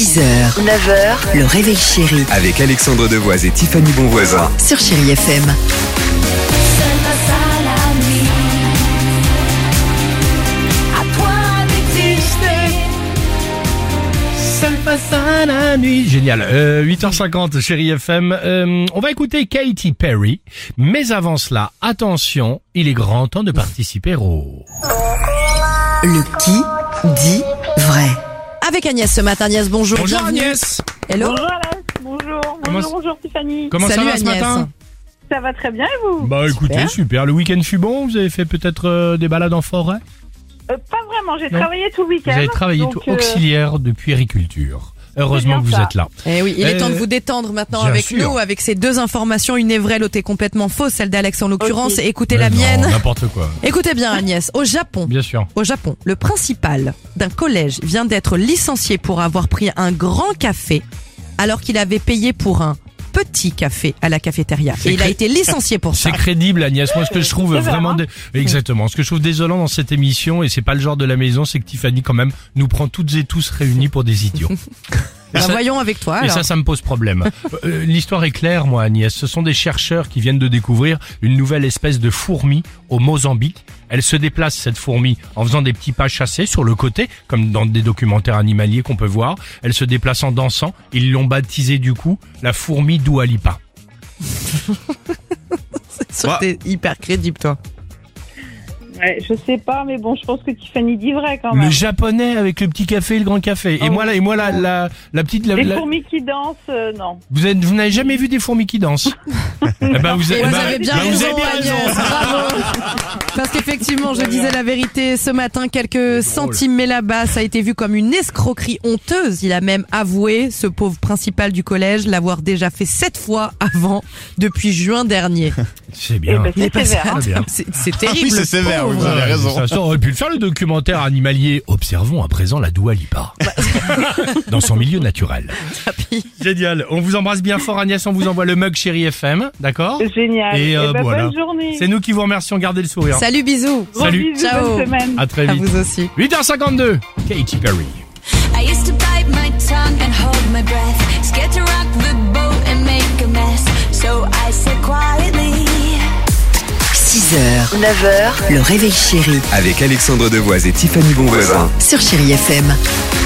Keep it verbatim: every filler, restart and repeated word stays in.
six heures, neuf heures, le réveil chéri Avec Alexandre Devoise et Tiffany Bonvoisin. sur Chéri F M. Seul face à la nuit. Génial. Euh, huit heures cinquante, Chéri F M. Euh, on va écouter Katy Perry. Mais avant cela, attention, il est grand temps de participer au... Le qui dit vrai. Avec Agnès ce matin. Agnès, bonjour. Bonjour bienvenue. Agnès. Hello. Bonjour Alex, bonjour, Comment bonjour, bonjour Tiffany. Comment Salut ça va ce Agnès. matin? Ça va très bien et vous? Bah écoutez, super. Super. Le week-end fut bon. Vous avez fait peut-être euh, des balades en forêt? euh, Pas vraiment, j'ai Non. travaillé tout le week-end. Vous avez travaillé donc, tout euh, auxiliaire de puériculture. Heureusement que bien vous ça. êtes là. Eh oui, il est Euh, temps de vous détendre maintenant bien avec sûr. nous, avec ces deux informations. Une est vraie, l'autre est complètement fausse, celle d'Alex en l'occurrence. Ok. Écoutez Mais la non, mienne. N'importe quoi. Écoutez bien Agnès. Au Japon, Bien sûr. Au Japon, le principal d'un collège vient d'être licencié pour avoir pris un grand café alors qu'il avait payé pour un petit café à la cafétéria. C'est Et il a cré- été licencié pour ça. C'est crédible Agnès. Moi ce que je trouve C'est vrai, vraiment... hein dé- Exactement. Ce que je trouve désolant dans cette émission, et c'est pas le genre de la maison, c'est que Tiffany quand même nous prend toutes et tous réunis pour des idiots. Et Bah, ça- voyons avec toi Et alors. ça, ça me pose problème. Euh, L'histoire est claire, moi, Agnès. Ce sont des chercheurs qui viennent de découvrir une nouvelle espèce de fourmi au Mozambique. Elle se déplace, cette fourmi, en faisant des petits pas chassés sur le côté, comme dans des documentaires animaliers qu'on peut voir. Elle se déplace en dansant. Ils l'ont baptisée, du coup, la fourmi Dua Lipa. C'est sûr que t'es hyper crédible toi. Ouais, je sais pas, mais bon, je pense que Tiffany dit vrai quand Le même. japonais avec le petit café et le grand café. Et Oh, moi, là, et moi, la, la, la petite, la- Les la- fourmis qui dansent, euh, non. vous êtes, vous n'avez jamais vu des fourmis qui dansent? Eh ben, vous, Et eh vous ben, avez bien ben, vous raison, avez bien raison. Agnès, bravo. Parce qu'effectivement, je disais la vérité ce matin, quelques centimes mais là-bas, ça a été vu comme une escroquerie honteuse. Il a même avoué, ce pauvre principal du collège, l'avoir déjà fait sept fois avant, depuis juin dernier. C'est Eh bien. ben, Il est c'est pas sévère. hein. Très bien. C'est c'est terrible. oui, c'est sévère, oui, vous avez Ouais, raison. Ça, ça aurait pu le faire le documentaire animalier. Observons à présent la Dua Lipa. Dans son milieu naturel. Génial. On vous embrasse bien fort Agnès, on vous envoie le mug Chéri F M, d'accord? Génial. Et, Et, euh, ben, voilà. bonne journée. C'est nous qui vous remercions, gardez le sourire. Salut, bisous. Gros Salut. bisous, Ciao. bonne semaine. À très À vite. vous aussi. huit heures cinquante-deux. Katy Perry. I used to bite my tongue and hold my breath, scared to rock the boat and make a mess, so I said quietly. six heures, neuf heures, le réveil chéri Avec Alexandre Devoise et Tiffany Bonvoisin. sur Chéri F M.